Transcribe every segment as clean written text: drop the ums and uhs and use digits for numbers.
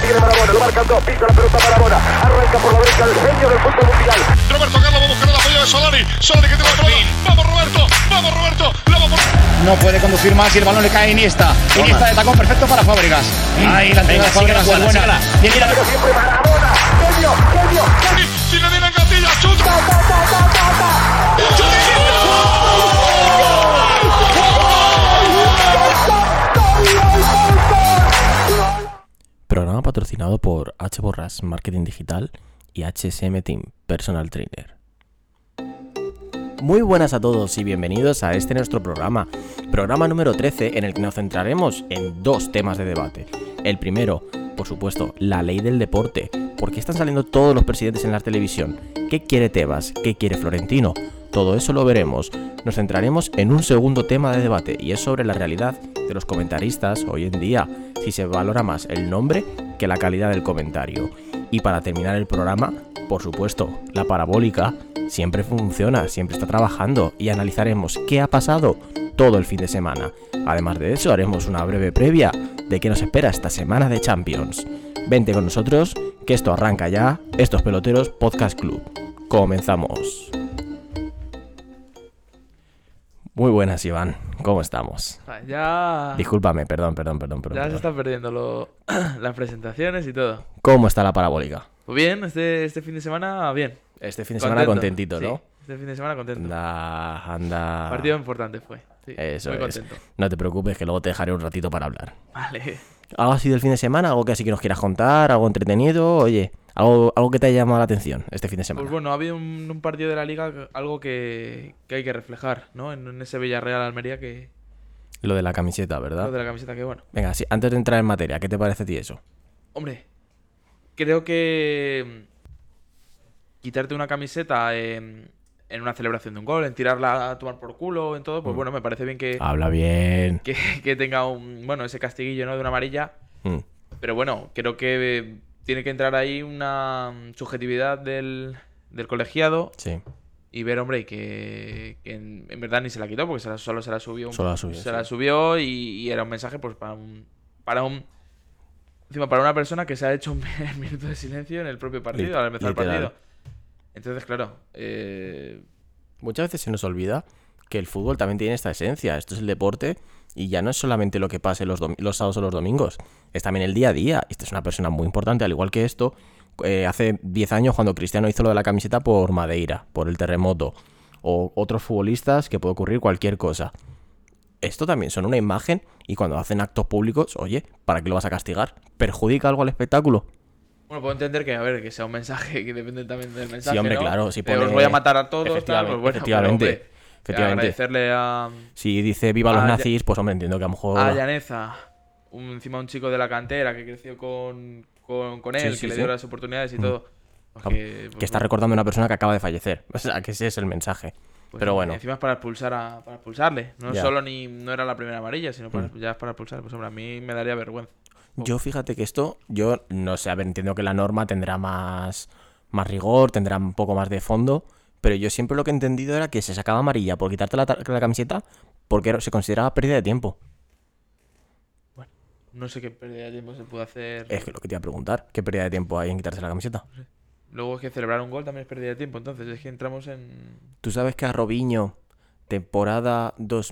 tiene Marabona, lo marcan dos, pisa la pelota Marabona, arranca por la derecha el genio del fútbol mundial. Roberto Carlos va a buscar el apoyo de Solari que tiene la pelota. Vamos Roberto, la vamos. No puede conducir más y el balón le cae a Iniesta. Iniesta de tacón perfecto para Fábregas. Ahí la entrada de Fábregas es buena. Tiene la pelota siempre Marabona, genio. Si le viene Gatilla, chuta. Programa patrocinado por H Borras Marketing Digital y HSM Team Personal Trainer. Muy buenas a todos y bienvenidos a este nuestro programa número 13, en el que nos centraremos en dos temas de debate. El primero, por supuesto, la ley del deporte. ¿Por qué están saliendo todos los presidentes en la televisión? ¿Qué quiere Tebas? ¿Qué quiere Florentino? Todo eso lo veremos. Nos centraremos en un segundo tema de debate y es sobre la realidad de los comentaristas hoy en día, si se valora más el nombre que la calidad del comentario. Y para terminar el programa, por supuesto, la parabólica siempre funciona, siempre está trabajando y analizaremos qué ha pasado todo el fin de semana. Además de eso, haremos una breve previa de qué nos espera esta semana de Champions. Vente con nosotros, que esto arranca ya, Estos Peloteros Podcast Club. Comenzamos. Muy buenas, Iván. ¿Cómo estamos? Ya... Discúlpame, perdón. Ya se están perdiendo las presentaciones y todo. ¿Cómo está la parabólica? Pues bien, este fin de semana, bien. Este fin de semana contentito, ¿no? Sí, este fin de semana contento. Anda. Partido importante fue. Sí, Eso muy es. contento. No te preocupes, que luego te dejaré un ratito para hablar. Vale. ¿Algo así del fin de semana? ¿Algo que así que nos quieras contar? ¿Algo entretenido? Oye, algo que te haya llamado la atención este fin de semana. Pues bueno, ha habido un partido de la Liga, algo que hay que reflejar, ¿no? En ese Villarreal-Almería que... Lo de la camiseta, ¿verdad? Lo de la camiseta, que bueno. Venga, sí, antes de entrar en materia, ¿qué te parece a ti eso? Hombre, creo que quitarte una camiseta en una celebración de un gol, en tirarla a tomar por culo, en todo, pues bueno, me parece bien que... Habla bien. Que tenga ese castiguillo, ¿no? De una amarilla. Pero bueno, creo que tiene que entrar ahí una subjetividad del colegiado. Sí. Y ver, hombre, que en verdad ni se la quitó, porque solo se la subió. La subió y era un mensaje pues para una persona que se ha hecho un minuto de silencio en el propio partido, al empezar el partido. Entonces, claro... Muchas veces se nos olvida que el fútbol también tiene esta esencia. Esto es el deporte y ya no es solamente lo que pase los sábados o los domingos. Es también el día a día. Esta es una persona muy importante, al igual que esto. Hace 10 años cuando Cristiano hizo lo de la camiseta por Madeira, por el terremoto. O otros futbolistas, que puede ocurrir cualquier cosa. Esto también son una imagen y cuando hacen actos públicos, oye, ¿para qué lo vas a castigar? ¿Perjudica algo al espectáculo? Bueno, puedo entender que sea un mensaje que depende también del mensaje, Sí, hombre, ¿no? claro. Si os voy a matar a todos, tal, pues bueno, efectivamente. agradecerle a... Si dice viva los nazis, pues hombre, entiendo que a lo mejor... A Llaneza, encima un chico de la cantera que creció con él, que le dio las oportunidades y todo. Que está recordando a una persona que acaba de fallecer. O sea, que ese es el mensaje. Pues pero bueno. Encima es para expulsarle. No Ya. Solo no era la primera amarilla, sino ya es para expulsarle. Pues hombre, a mí me daría vergüenza. Yo fíjate que esto, yo no sé, a ver, entiendo que la norma tendrá más rigor, tendrá un poco más de fondo, pero yo siempre lo que he entendido era que se sacaba amarilla por quitarte la camiseta porque se consideraba pérdida de tiempo. Bueno, no sé qué pérdida de tiempo se puede hacer. Es que lo que te iba a preguntar, ¿qué pérdida de tiempo hay en quitarse la camiseta? No sé. Luego es que celebrar un gol también es pérdida de tiempo, entonces es que entramos en... ¿Tú sabes que a Robinho, temporada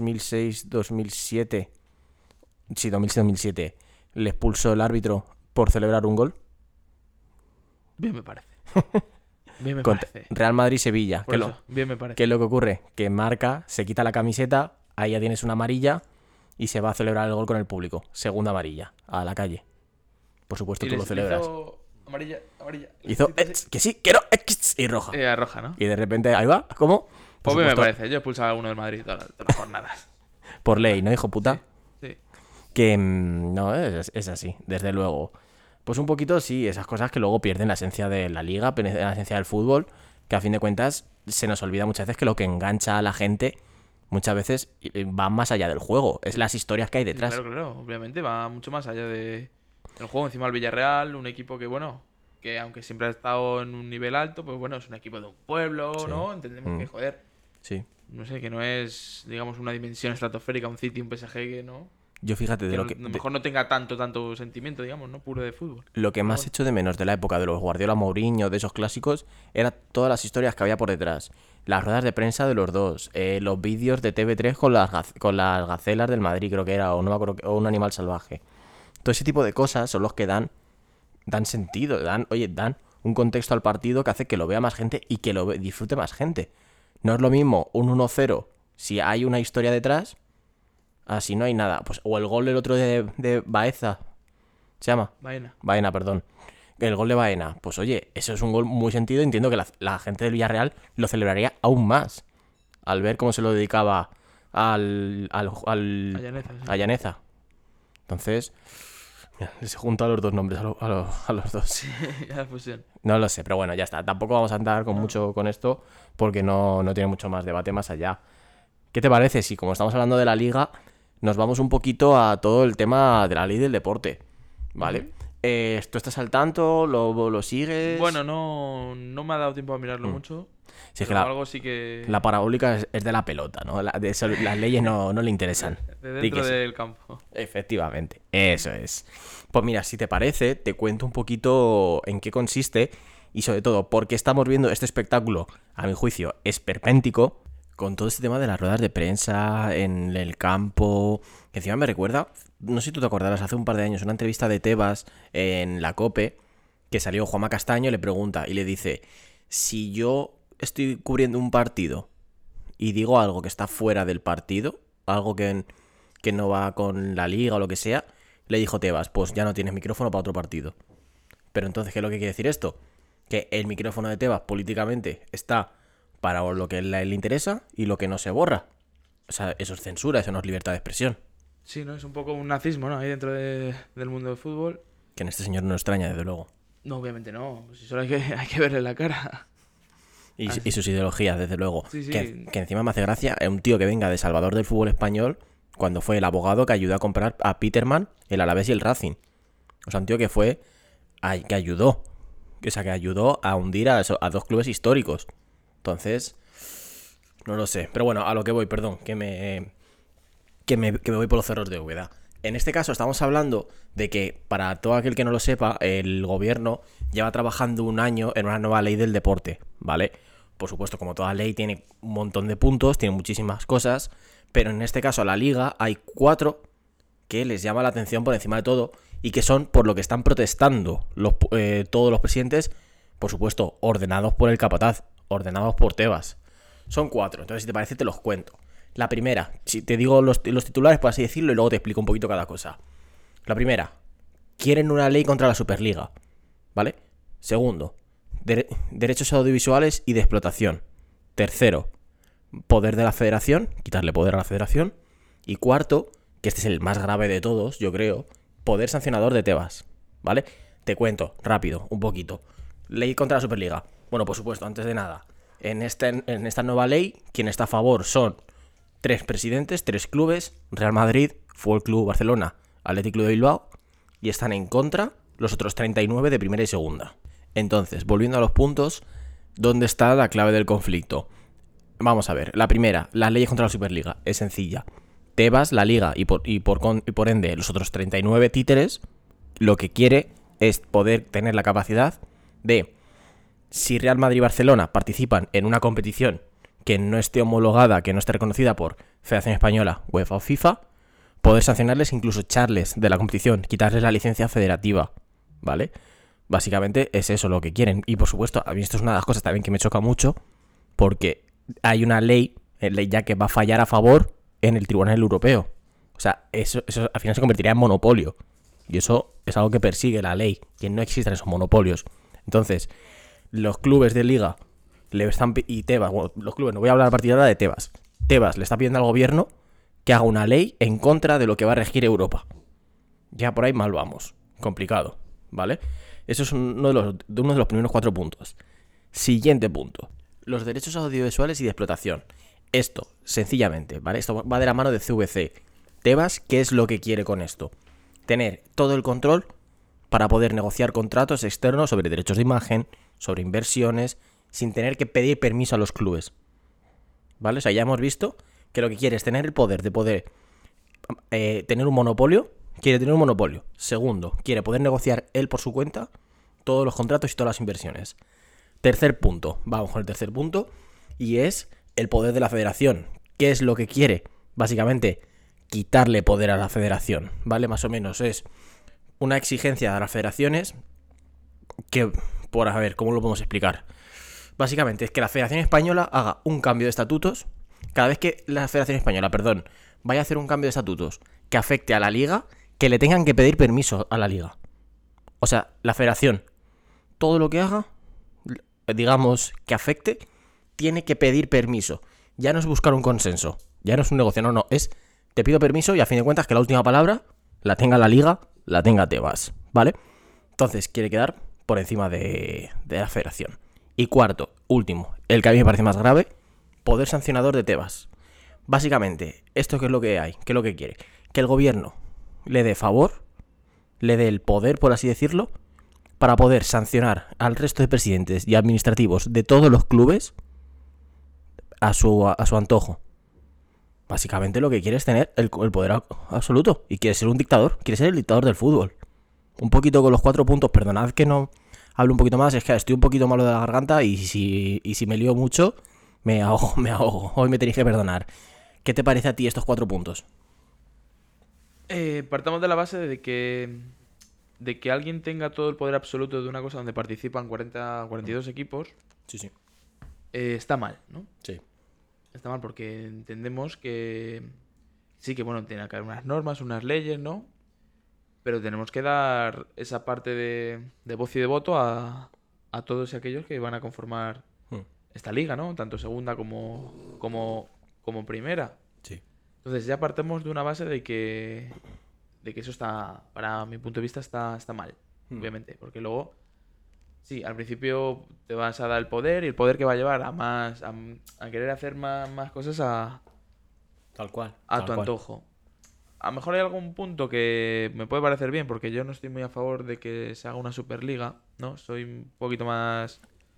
2006-2007, sí, 2006-2007, le expulsó el árbitro por celebrar un gol? Bien me parece. Bien me Contra parece. Real Madrid-Sevilla. Bien me parece. ¿Qué es lo que ocurre? Que marca, se quita la camiseta, ahí ya tienes una amarilla y se va a celebrar el gol con el público. Segunda amarilla, a la calle. Por supuesto, tú lo celebras. Amarilla. Hizo que sí, que no, y roja. Roja, ¿no? Y de repente, ahí va, ¿cómo? Pues bien me parece. Yo he expulsado a uno del Madrid todas las jornadas. Por ley, ¿no, hijo puta? Sí. Que no, es así, desde luego. Pues un poquito sí, esas cosas que luego pierden la esencia de la liga, la esencia del fútbol, que a fin de cuentas se nos olvida muchas veces que lo que engancha a la gente muchas veces va más allá del juego, es las historias que hay detrás. Claro, obviamente va mucho más allá del juego. Encima el Villarreal, un equipo que que aunque siempre ha estado en un nivel alto, pues bueno, es un equipo de un pueblo, Sí. ¿no? Entendemos que, joder, Sí. no sé, que no es, digamos, una dimensión estratosférica, un City, un PSG, que no. Yo fíjate de Que lo a que... lo mejor no tenga tanto sentimiento, digamos, ¿no? Puro de fútbol. Lo que más Bueno. echo de menos de la época de los Guardiola, Mourinho, de esos clásicos, era todas las historias que había por detrás. Las ruedas de prensa de los dos, los vídeos de TV3 con las gacelas del Madrid, creo que era, o no me acuerdo, o un animal salvaje. Todo ese tipo de cosas son los que dan sentido, dan un contexto al partido que hace que lo vea más gente y que disfrute más gente. No es lo mismo un 1-0 si hay una historia detrás, así no hay nada. Pues, o el gol del otro día de Baeza, ¿se llama? Baena, perdón. El gol de Baena, pues oye, eso es un gol muy sentido. Entiendo que la gente del Villarreal lo celebraría aún más al ver cómo se lo dedicaba a Llaneza. Entonces, mira, se juntan los dos nombres a los dos. Ya fusión. No lo sé, pero bueno, ya está. Tampoco vamos a andar mucho con esto porque no tiene mucho más debate más allá. ¿Qué te parece si, como estamos hablando de la Liga, nos vamos un poquito a todo el tema de la ley del deporte? ¿Vale? ¿Tú estás al tanto? ¿Lo sigues? Bueno, no me ha dado tiempo a mirarlo mucho. Sí, es que algo sí que... la parabólica es de la pelota, ¿no? Las leyes no le interesan. De dentro del campo. Efectivamente, eso es. Pues mira, si te parece, te cuento un poquito en qué consiste y sobre todo por qué estamos viendo este espectáculo, a mi juicio, esperpéntico, con todo este tema de las ruedas de prensa en el campo, que encima me recuerda, no sé si tú te acordarás, hace un par de años, una entrevista de Tebas en la COPE, que salió Juanma Castaño y le pregunta y le dice, si yo estoy cubriendo un partido y digo algo que está fuera del partido, algo que no va con la liga o lo que sea, le dijo Tebas, pues ya no tienes micrófono para otro partido. Pero entonces, ¿qué es lo que quiere decir esto? Que el micrófono de Tebas políticamente está para lo que le interesa y lo que no se borra. O sea, eso es censura, eso no es libertad de expresión. Sí, ¿no? Es un poco un nazismo, ¿no? Ahí dentro del mundo del fútbol. Que en este señor no extraña, desde luego. No, obviamente no. Si solo hay que verle la cara. Y sus ideologías, desde luego. Sí. Que encima me hace gracia un tío que venga de Salvador del fútbol español cuando fue el abogado que ayudó a comprar a Peterman, el Alavés y el Racing. O sea, un tío que que ayudó. O sea, que ayudó a hundir a dos clubes históricos. Entonces, no lo sé. Pero bueno, a lo que voy, perdón, que me voy por los cerros de Úbeda. En este caso estamos hablando de que, para todo aquel que no lo sepa, el gobierno lleva trabajando un año en una nueva ley del deporte, ¿vale? Por supuesto, como toda ley tiene un montón de puntos, tiene muchísimas cosas, pero en este caso a la Liga hay 4 que les llama la atención por encima de todo y que son por lo que están protestando todos los presidentes, por supuesto, ordenados por el capataz, ordenados por Tebas. Son 4, entonces si te parece te los cuento. La primera, si te digo los titulares, por así decirlo, y luego te explico un poquito cada cosa. La primera, quieren una ley contra la Superliga, ¿vale? Segundo, derechos audiovisuales y de explotación. Tercero, poder de la federación, quitarle poder a la federación. Y cuarto, que este es el más grave de todos, yo creo, poder sancionador de Tebas, ¿vale? Te cuento, rápido, un poquito. Ley contra la Superliga. Bueno, por supuesto, antes de nada, en esta nueva ley, quien está a favor son 3 presidentes, 3 clubes, Real Madrid, Fútbol Club Barcelona, Athletic Club de Bilbao, y están en contra los otros 39 de primera y segunda. Entonces, volviendo a los puntos, ¿dónde está la clave del conflicto? Vamos a ver, la primera, las leyes contra la Superliga, es sencilla. Tebas, la Liga y por ende los otros 39 títeres, lo que quiere es poder tener la capacidad de, si Real Madrid y Barcelona participan en una competición que no esté homologada, que no esté reconocida por Federación Española, UEFA o FIFA, poder sancionarles, incluso echarles de la competición, quitarles la licencia federativa, ¿vale? Básicamente es eso lo que quieren. Y por supuesto, a mí esto es una de las cosas también que me choca mucho, porque hay una ley ya que va a fallar a favor en el Tribunal Europeo. O sea, eso al final se convertiría en monopolio. Y eso es algo que persigue la ley, que no existan esos monopolios. Entonces, los clubes de liga y Tebas, bueno, los clubes, no voy a hablar a partir de ahora de Tebas. Tebas le está pidiendo al gobierno que haga una ley en contra de lo que va a regir Europa. Ya por ahí mal vamos. Complicado, ¿vale? Eso es uno de los primeros 4 puntos. Siguiente punto. Los derechos audiovisuales y de explotación. Esto, sencillamente, ¿vale? Esto va de la mano de CVC. Tebas, ¿qué es lo que quiere con esto? Tener todo el control para poder negociar contratos externos sobre derechos de imagen, sobre inversiones, sin tener que pedir permiso a los clubes, ¿vale? O sea, ya hemos visto que lo que quiere es tener el poder de poder tener un monopolio. Quiere tener un monopolio. Segundo, quiere poder negociar él por su cuenta todos los contratos y todas las inversiones. Tercer punto, vamos con el tercer punto, y es el poder de la federación. ¿Qué es lo que quiere? Básicamente, quitarle poder a la federación, ¿vale? Más o menos es una exigencia de las federaciones que, por a ver, ¿cómo lo podemos explicar? Básicamente es que la Federación Española haga un cambio de estatutos. Cada vez que la Federación Española, vaya a hacer un cambio de estatutos que afecte a la Liga, que le tengan que pedir permiso a la Liga. O sea, la Federación, todo lo que haga, digamos, que afecte, tiene que pedir permiso. Ya no es buscar un consenso, ya no es un negocio, no, es te pido permiso y a fin de cuentas que la última palabra la tenga la Liga, la tenga Tebas, ¿vale? Entonces quiere quedar por encima de la Federación. Y cuarto, último, el que a mí me parece más grave, poder sancionador de Tebas. Básicamente, ¿esto qué es lo que hay? ¿Qué es lo que quiere? Que el gobierno le dé favor, le dé el poder, por así decirlo, para poder sancionar al resto de presidentes y administrativos de todos los clubes a su antojo. Básicamente lo que quiere es tener el poder absoluto y quiere ser un dictador, quiere ser el dictador del fútbol. Un poquito con los 4 puntos, perdonad que no hablo un poquito más, es que estoy un poquito malo de la garganta y si me lío mucho, me ahogo. Hoy me tenéis que perdonar. ¿Qué te parece a ti estos 4 puntos? Partamos de la base de que alguien tenga todo el poder absoluto de una cosa donde participan 42 equipos. Sí. Está mal, ¿no? Sí. Está mal porque entendemos que sí que, bueno, tiene que haber unas normas, unas leyes, ¿no? Pero tenemos que dar esa parte de voz y de voto a todos aquellos que van a conformar esta liga, ¿no? Tanto segunda como primera. Sí. Entonces ya partemos de una base de que eso está, para mi punto de vista, está mal, obviamente. Porque luego, sí, al principio te vas a dar el poder y el poder que va a llevar a querer hacer más cosas Tal cual. a tu antojo. A lo mejor hay algún punto que me puede parecer bien, porque yo no estoy muy a favor de que se haga una Superliga, ¿no? Soy un poquito más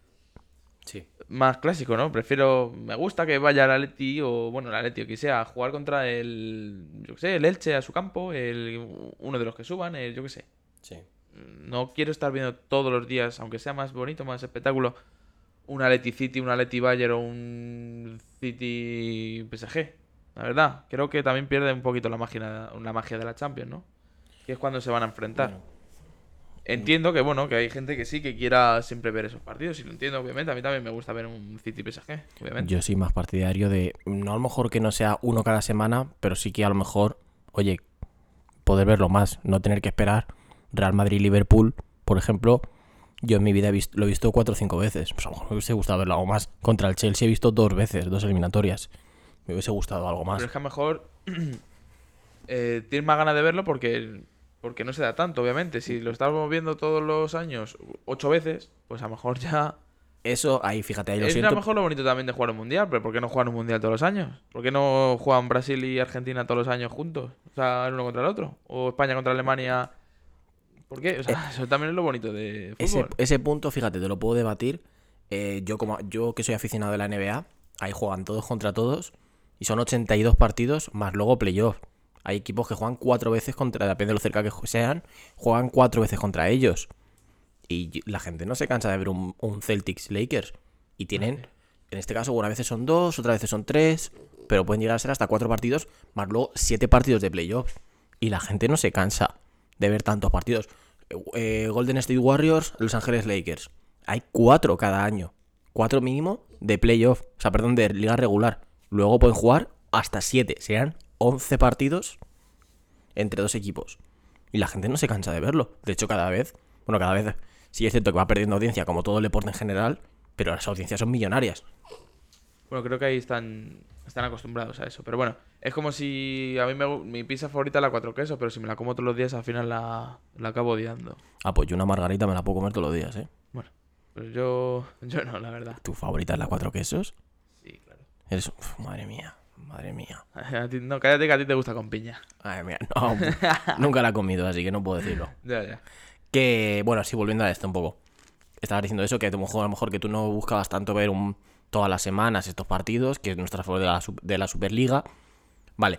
clásico, ¿no? Me gusta que vaya el Atleti o quien sea, a jugar contra el Elche a su campo, uno de los que suban, yo qué sé. Sí. No quiero estar viendo todos los días, aunque sea más bonito, más espectáculo, un Atleti City, un Atleti Bayern o un City PSG. La verdad, creo que también pierde un poquito la magia de la Champions, ¿no? Que es cuando se van a enfrentar. Bueno. Entiendo que, que hay gente que sí que quiera siempre ver esos partidos, y lo entiendo, obviamente. A mí también me gusta ver un City PSG, obviamente. Yo soy más partidario de, no a lo mejor que no sea uno cada semana, pero sí que a lo mejor, oye, poder verlo más, no tener que esperar. Real Madrid-Liverpool, por ejemplo, yo en mi vida lo he visto 4 o 5 veces. Pues a lo mejor me hubiese gustado verlo algo más. Contra el Chelsea he visto 2 veces, 2 eliminatorias. Me hubiese gustado algo más. Pero es que a lo mejor tienes más ganas de verlo porque no se da tanto, obviamente. Si lo estamos viendo todos los años 8 veces, pues a lo mejor ya... Eso, ahí, fíjate, ahí lo siento. Es a lo mejor lo bonito también de jugar un mundial, pero ¿por qué no juegan un mundial todos los años? ¿Por qué no juegan Brasil y Argentina todos los años juntos? O sea, el uno contra el otro. O España contra Alemania. ¿Por qué? O sea, eso también es lo bonito de fútbol. Ese punto, fíjate, te lo puedo debatir. Yo que soy aficionado de la NBA, ahí juegan todos contra todos. Y son 82 partidos más luego playoff. Hay equipos que juegan 4 veces depende de lo cerca que sean, juegan 4 veces contra ellos. Y la gente no se cansa de ver un Celtics Lakers. Y tienen, en este caso, una veces son 2, otras veces son 3, pero pueden llegar a ser hasta 4 partidos, más luego 7 partidos de playoffs. Y la gente no se cansa de ver tantos partidos. Golden State Warriors, Los Ángeles Lakers. Hay 4 cada año. 4 mínimo de playoff. O sea, perdón, de liga regular. Luego pueden jugar hasta 7. Serían 11 partidos entre 2 equipos. Y la gente no se cansa de verlo. De hecho, cada vez sí es cierto que va perdiendo audiencia, como todo el deporte en general, pero las audiencias son millonarias. Bueno, creo que ahí están acostumbrados a eso. Pero bueno, es como si a mí mi pizza favorita es la 4 quesos, pero si me la como todos los días, al final la acabo odiando. Pues yo una margarita me la puedo comer todos los días, ¿eh? Bueno, pues yo no, la verdad. ¿Tu favorita es la 4 quesos? Sí, claro. Madre mía. No, cállate que a ti te gusta con piña. Madre mía, no. Nunca la he comido, así que no puedo decirlo. Ya. Que, bueno, sí, volviendo a esto un poco. Estabas diciendo eso, que a lo mejor que tú no buscabas tanto ver todas las semanas estos partidos, que es nuestra favor de la Superliga. Vale,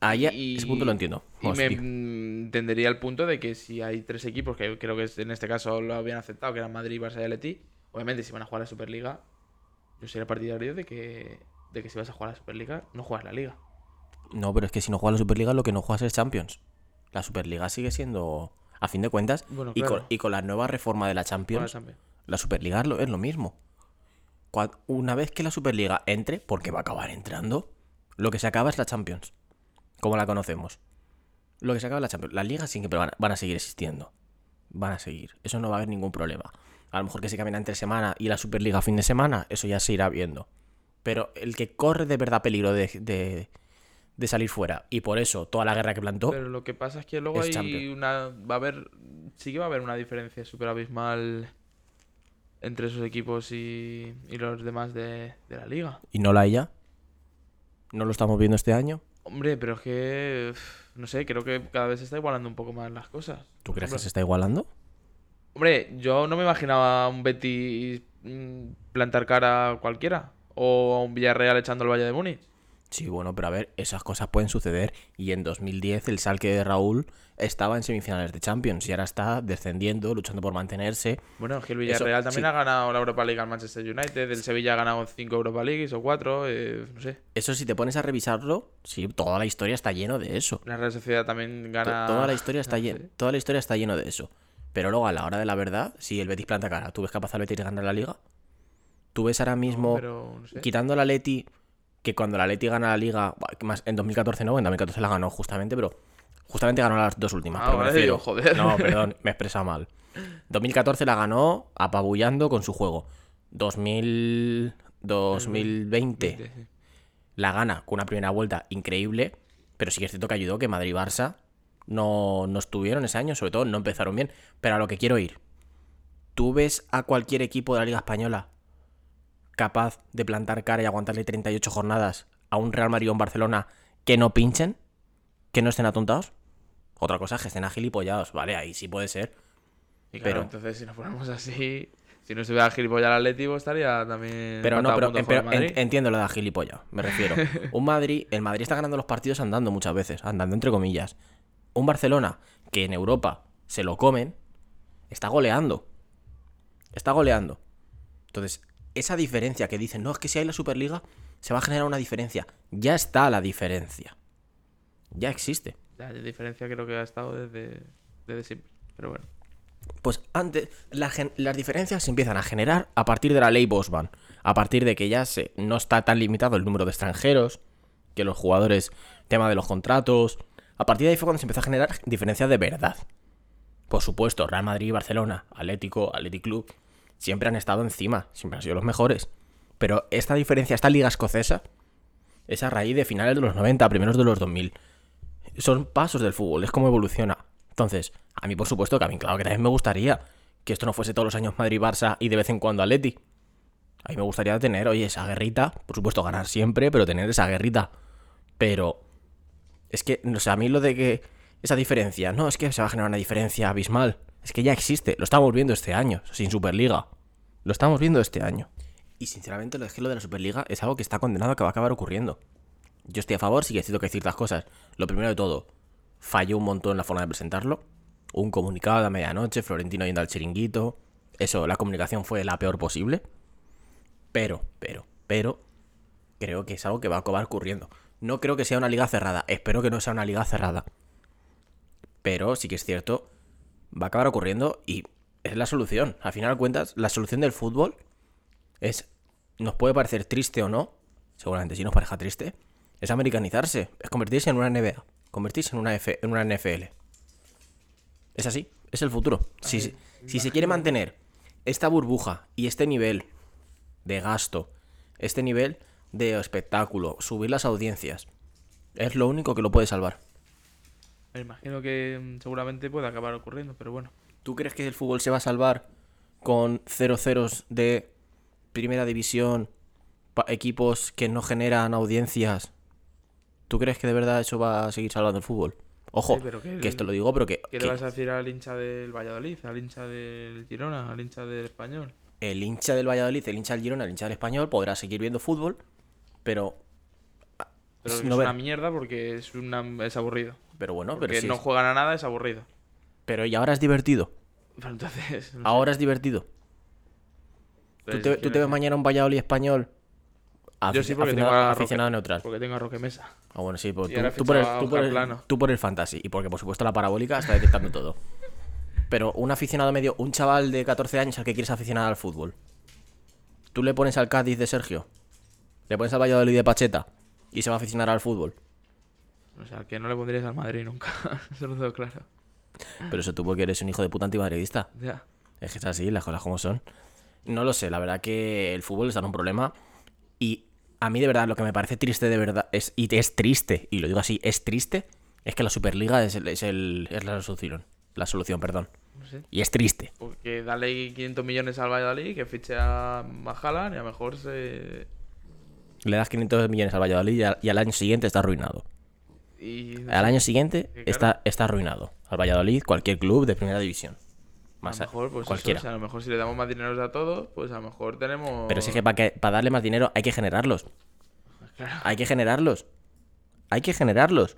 Ahí ese punto lo entiendo. Y Vamos, me digo. entendería el punto de que si hay 3 equipos, que creo que en este caso lo habían aceptado, que eran Madrid, Barça y Atleti, obviamente si van a jugar la Superliga, yo sería partidario de que si vas a jugar la Superliga, no juegas la Liga. No, pero es que si no juegas la Superliga, lo que no juegas es Champions. La Superliga sigue siendo, a fin de cuentas, Bueno, y, claro. con la nueva reforma de la Champions, También. la Superliga es lo mismo. Una vez que la Superliga entre, porque va a acabar entrando, lo que se acaba es la Champions, como la conocemos. Lo que se acaba es la Champions. Las ligas siempre van a seguir existiendo. Van a seguir. Eso no va a haber ningún problema. A lo mejor que se cambien entre semana y la Superliga a fin de semana, eso ya se irá viendo. Pero el que corre de verdad peligro de salir fuera, y por eso toda la guerra que plantó, Pero lo que pasa es que luego es hay Champions. sí que va a haber una diferencia súper abismal entre esos equipos y los demás de la liga. y no la hay ya. ¿No lo estamos viendo este año? Hombre, pero es que, no sé, creo que cada vez se está igualando un poco más las cosas. ¿Tú Por crees que ejemplo, se está igualando? Hombre, yo no me imaginaba a un Betis plantar cara a cualquiera. O a un Villarreal echando el Valle de Múnich. Sí, bueno, pero a ver, esas cosas pueden suceder. Y en 2010 el Schalke de Raúl estaba en semifinales de Champions y ahora está descendiendo, luchando por mantenerse. Bueno, es que el Villarreal Eso, también sí. ha ganado la Europa League al Manchester United. El Sevilla ha ganado 5 Europa Leagues o 4. No sé. Eso, si te pones a revisarlo, sí, toda la historia está lleno de eso. La Real Sociedad también gana. Toda la historia está no llena, sé. toda la historia está lleno de eso. Pero luego a la hora de la verdad, si el Betis planta cara, ¿tú ves capaz al Betis de ganar la Liga? ¿Tú ves ahora mismo, Pero no sé. quitando al Atleti, que cuando el Atleti gana la Liga, más en 2014 no, en 2014 la ganó justamente, pero justamente ganó las dos últimas. Ah, pero me vale, refiero- digo, joder. No, perdón, me he expresado mal. 2014 la ganó apabullando con su juego. 2020 Sí. la gana con una primera vuelta increíble, pero sí que es cierto que ayudó que Madrid y Barça no estuvieron ese año, sobre todo no empezaron bien. Pero a lo que quiero ir, ¿tú ves a cualquier equipo de la Liga Española capaz de plantar cara y aguantarle 38 jornadas a un Real Madrid o un Barcelona que no pinchen? ¿Que no estén atontados? Otra cosa es que estén agilipollados, vale, ahí sí puede ser. Y claro, pero- entonces si nos ponemos así. Si no estuviera gilipollas al Atlético, estaría también. Pero no, empatado a pero, puntos con el Madrid. entiendo lo de agilipollas, me refiero. El Madrid está ganando los partidos andando muchas veces, andando entre comillas. Un Barcelona, que en Europa se lo comen, está goleando. Está goleando. Entonces, esa diferencia que dicen, no, es que si hay la Superliga, se va a generar una diferencia. Ya está la diferencia. Ya existe. La diferencia creo que ha estado desde siempre. Pero bueno. Pues antes, las diferencias se empiezan a generar a partir de la ley Bosman. A partir de que ya no está tan limitado el número de extranjeros, que los jugadores, tema de los contratos. A partir de ahí fue cuando se empezó a generar diferencias de verdad. Por supuesto, Real Madrid, Barcelona, Atlético, Athletic Club, siempre han estado encima, siempre han sido los mejores. Pero esta diferencia, esta liga escocesa, es a raíz de finales de los 90, primeros de los 2000. Son pasos del fútbol, es como evoluciona. Entonces, a mí por supuesto que a mí claro que también me gustaría que esto no fuese todos los años Madrid-Barça y de vez en cuando Atleti. A mí me gustaría tener, oye, esa guerrita, por supuesto ganar siempre, pero tener esa guerrita. Pero es que, no sé, a mí lo de que esa diferencia, no, es que se va a generar una diferencia abismal. Es que ya existe, lo estamos viendo este año, sin Superliga. Lo estamos viendo este año. Y sinceramente lo de la Superliga es algo que está condenado a que va a acabar ocurriendo. Yo estoy a favor, sí que es cierto que hay ciertas cosas. Lo primero de todo, falló un montón la forma de presentarlo. Un comunicado a medianoche, Florentino yendo al chiringuito. Eso, la comunicación fue la peor posible. Pero, creo que es algo que va a acabar ocurriendo. No creo que sea una liga cerrada. Espero que no sea una liga cerrada. Pero sí que es cierto, va a acabar ocurriendo y es la solución. Al final de cuentas, la solución del fútbol es, nos puede parecer triste o no, seguramente sí nos parezca triste, es americanizarse, es convertirse en una NBA, convertirse en una NFL. Es así, es el futuro. Si se quiere mantener esta burbuja y este nivel de gasto, este nivel de espectáculo, subir las audiencias, es lo único que lo puede salvar. Me imagino que seguramente puede acabar ocurriendo, pero bueno. ¿Tú crees que el fútbol se va a salvar con 0-0 de primera división, equipos que no generan audiencias? ¿Tú crees que de verdad eso va a seguir salvando el fútbol? Ojo, Sí, pero que esto lo digo, pero que ¿Qué le vas a decir al hincha del Valladolid, al hincha del Girona, al hincha del Español? el hincha del Valladolid, el hincha del Girona, el hincha del Español podrá seguir viendo fútbol, pero Pero No es ve- una mierda porque es aburrido. Pero bueno, Porque pero sí. no juegan a nada, es aburrido. Pero y ahora es divertido. Pero entonces. no sé. Ahora es divertido. Pero ¿Tú es te, que tú no te ves sé. mañana un Valladolid español? Yo sí, porque tengo a aficionado Roque, neutral. Porque tengo a Roque Mesa. Ah, bueno, sí, pues Y ahora he tú por el, fichado a tú por el- Oscar Plano. tú por el fantasy. Y porque, por supuesto, la parabólica está detectando todo. Pero un aficionado medio, un chaval de 14 años al que quieres aficionar al fútbol. Tú le pones al Cádiz de Sergio, le pones al Valladolid de Pacheta y se va a aficionar al fútbol. O sea, que no le pondrías al Madrid nunca. Eso lo tengo claro. Pero eso tú porque eres un hijo de puta antimadridista. Ya. Es que es así, las cosas como son. No lo sé, la verdad que el fútbol está en un problema. Y a mí de verdad lo que me parece triste de verdad es triste, y lo digo así, es triste, es que la Superliga es la solución. La solución, perdón. No sé. Y es triste. Porque dale 500 millones al Valladolid, que fiche a Haaland y a lo mejor se. Le das 500 millones al Valladolid y al año siguiente está arruinado. Y no Al sé, año siguiente que claro. está arruinado. Al Valladolid, cualquier club de primera división. A Más lo mejor, pues cualquiera. eso, o sea, a lo mejor si le damos más dinero a todos, pues a lo mejor tenemos. Pero si es que para darle más dinero hay que generarlos. Claro. Hay que generarlos. Hay que generarlos.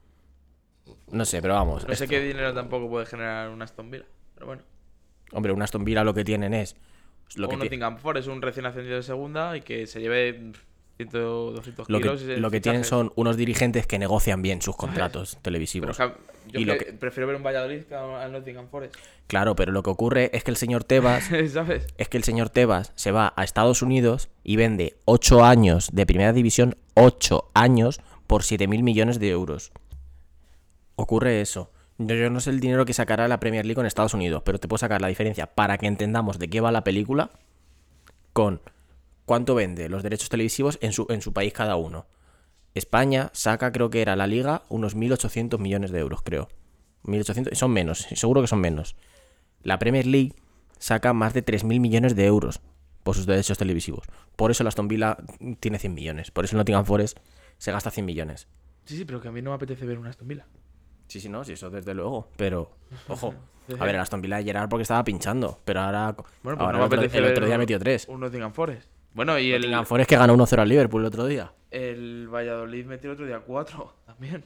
No sé, pero vamos. No sé qué dinero tampoco puede generar un Aston Villa. Pero bueno. Hombre, un Aston Villa lo que tienen es. Lo O que, un ti- Nottingham Forest, un recién ascendido de segunda y que se lleve 100, 200 lo kilos. que, lo que tienen son unos dirigentes que negocian bien sus contratos Pero, televisivos. yo Y lo prefiero ver un Valladolid que al Nottingham Forest. Claro, pero lo que ocurre es que el señor Tebas. ¿Sabes? Es que el señor Tebas se va a Estados Unidos y vende 8 años de primera división, 8 años por 7.000 millones de euros. Ocurre eso. Yo no sé el dinero que sacará la Premier League en Estados Unidos, pero te puedo sacar la diferencia para que entendamos de qué va la película con cuánto vende los derechos televisivos en su país cada uno. España saca, creo que era la Liga, unos 1.800 millones de euros, creo. 1.800, son menos, seguro que son menos. La Premier League saca más de 3.000 millones de euros por sus derechos televisivos. Por eso el Aston Villa tiene 100 millones. Por eso el Nottingham Forest se gasta 100 millones. Sí, pero que a mí no me apetece ver un Aston Villa. Sí, no, sí, eso desde luego. Pero, ojo, a ver, el Aston Villa de Gerrard porque estaba pinchando. Pero ahora, Bueno, pues ahora no me el apetece otro ver día metió 3. Un Nottingham Forest. Bueno, y El Nottingham Forest que ganó 1-0 al Liverpool el otro día. el Valladolid metió el otro día 4 también.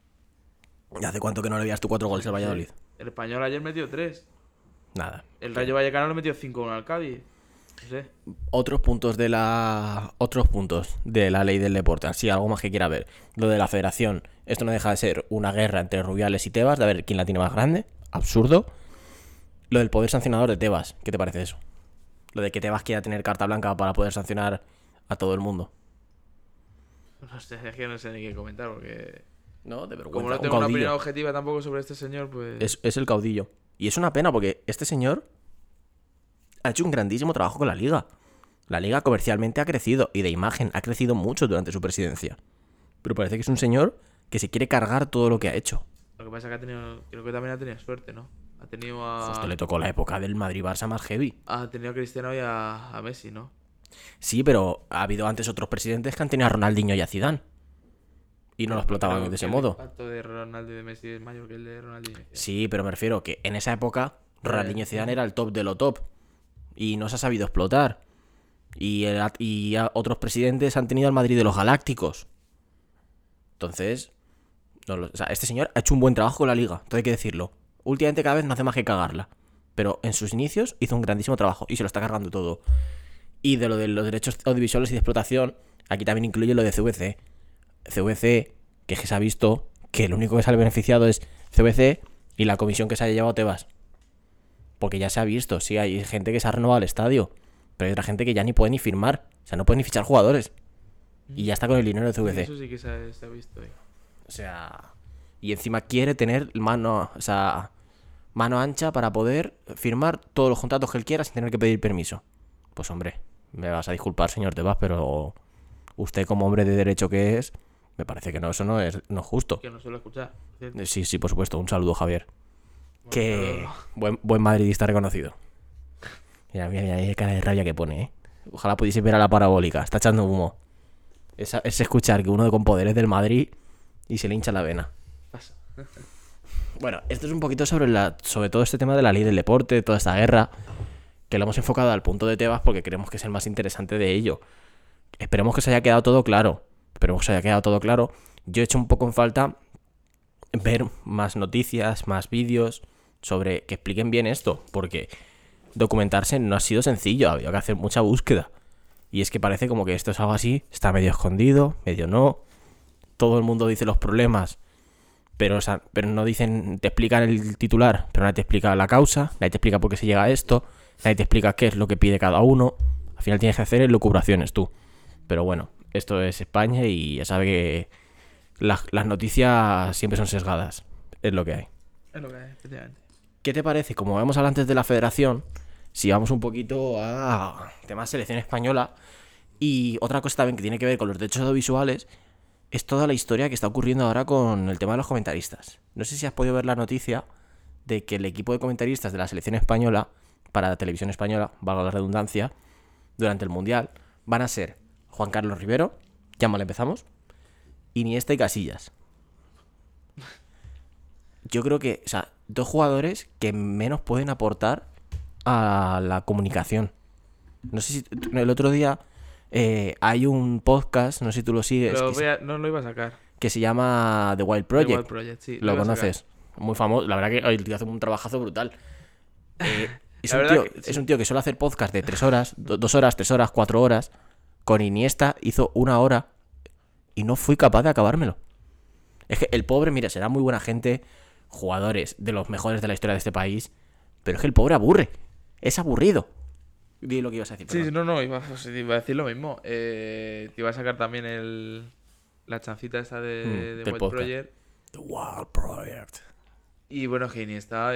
¿Y hace cuánto que no le veías tú 4 goles al Valladolid? El Español ayer metió 3. Nada. El Rayo Vallecano le metió 5-1 al Cádiz. No sé. Otros puntos de la ley del deporte, así algo más que quiera ver. Lo de la federación, esto no deja de ser una guerra entre Rubiales y Tebas, de a ver quién la tiene más grande, absurdo. Lo del poder sancionador de Tebas, ¿qué te parece eso? Lo de que Tebas quiera tener carta blanca para poder sancionar a todo el mundo. No sé, es que no sé ni qué comentar porque... No, de vergüenza. Como no un tengo una caudillo. opinión objetiva tampoco sobre este señor, pues... Es el caudillo. Y es una pena porque este señor ha hecho un grandísimo trabajo con la liga. La liga comercialmente ha crecido y de imagen ha crecido mucho durante su presidencia. Pero parece que es un señor que se quiere cargar todo lo que ha hecho. Lo que pasa es que ha tenido... Creo que también ha tenido suerte, ¿no? Ha tenido a... Justo le tocó la época del Madrid-Barça más heavy. Ha tenido a Cristiano y a Messi, ¿no? Sí, pero ha habido antes otros presidentes que han tenido a Ronaldinho y a Zidane. Y no lo explotaban Pero de ese el modo. impacto de Ronaldo y de Messi es mayor que el de Ronaldinho. Sí, pero me refiero que en esa época Ronaldinho y Zidane era el top de lo top. Y no se ha sabido explotar. Y otros presidentes han tenido al Madrid de los Galácticos. Entonces, o sea, este señor ha hecho un buen trabajo con la liga, todo hay que decirlo. Últimamente cada vez no hace más que cagarla. Pero en sus inicios hizo un grandísimo trabajo y se lo está cargando todo. Y de lo de los derechos audiovisuales y de explotación, aquí también incluye lo de CVC. CVC, que es que se ha visto que el único que sale beneficiado es CVC y la comisión que se haya llevado Tebas. Porque ya se ha visto, sí, hay gente que se ha renovado el estadio, pero hay otra gente que ya ni puede ni firmar, o sea, no puede ni fichar jugadores. Y ya está con el dinero de CVC. Eso sí que se ha visto. O sea, y encima quiere tener mano ancha para poder firmar todos los contratos que él quiera sin tener que pedir permiso. Pues hombre, me vas a disculpar, señor Tebas, pero usted como hombre de derecho que es, me parece que eso no es justo. Que no suelo escuchar. por cierto. Sí, por supuesto. Un saludo, Javier. Bueno, Que pero- buen madridista reconocido. Mira, qué cara de rabia que pone, ¿eh? Ojalá pudiese ver a la parabólica. Está echando humo. Es escuchar que uno con poderes del Madrid y se le hincha la vena. Pasa. Bueno, esto es un poquito sobre todo este tema de la ley del deporte, toda esta guerra, que lo hemos enfocado al punto de Tebas porque creemos que es el más interesante de ello. Esperemos que se haya quedado todo claro. pero se haya quedado todo claro. Yo he hecho un poco en falta ver más noticias, más vídeos sobre que expliquen bien esto, porque documentarse no ha sido sencillo, había que hacer mucha búsqueda. Y es que parece como que esto es algo así, está medio escondido, medio no. Todo el mundo dice los problemas, pero no dicen, te explican el titular, pero nadie te explica la causa, nadie te explica por qué se llega a esto, nadie te explica qué es lo que pide cada uno. Al final tienes que hacer elucubraciones tú. Pero bueno, esto es España y ya sabe que las noticias siempre son sesgadas. Es lo que hay. Es lo que hay, efectivamente. ¿Qué te parece? Como vamos a hablar antes de la federación, si vamos un poquito a temas selección española. Y otra cosa también que tiene que ver con los derechos audiovisuales es toda la historia que está ocurriendo ahora con el tema de los comentaristas. No sé si has podido ver la noticia de que el equipo de comentaristas de la selección española, para la televisión española, valga la redundancia, durante el Mundial, van a ser Juan Carlos Rivero, ya mal empezamos, Iniesta y Casillas. Yo creo que, o sea, dos jugadores que menos pueden aportar a la comunicación. No sé si el otro día hay un podcast, no sé si tú lo sigues, Pero no lo iba a sacar. que se llama The Wild Project. The Wild Project, sí, ¿Lo iba a conoces? Muy famoso. La verdad que el tío hace un trabajazo brutal. Es La un verdad tío, que sí. es un tío que suele hacer podcast de 3 horas, 2 horas, 3 horas, 4 horas. Con Iniesta hizo 1 hora y no fui capaz de acabármelo. Es que el pobre, mira, será muy buena gente, jugadores de los mejores de la historia de este país, pero es que el pobre aburre. Es aburrido. Di lo que ibas a decir. Sí, perdón. no, iba a decir lo mismo. Te iba a sacar también la chancita esta de del Wild podcast. Project. The Wild Project. Y bueno, que Iniesta,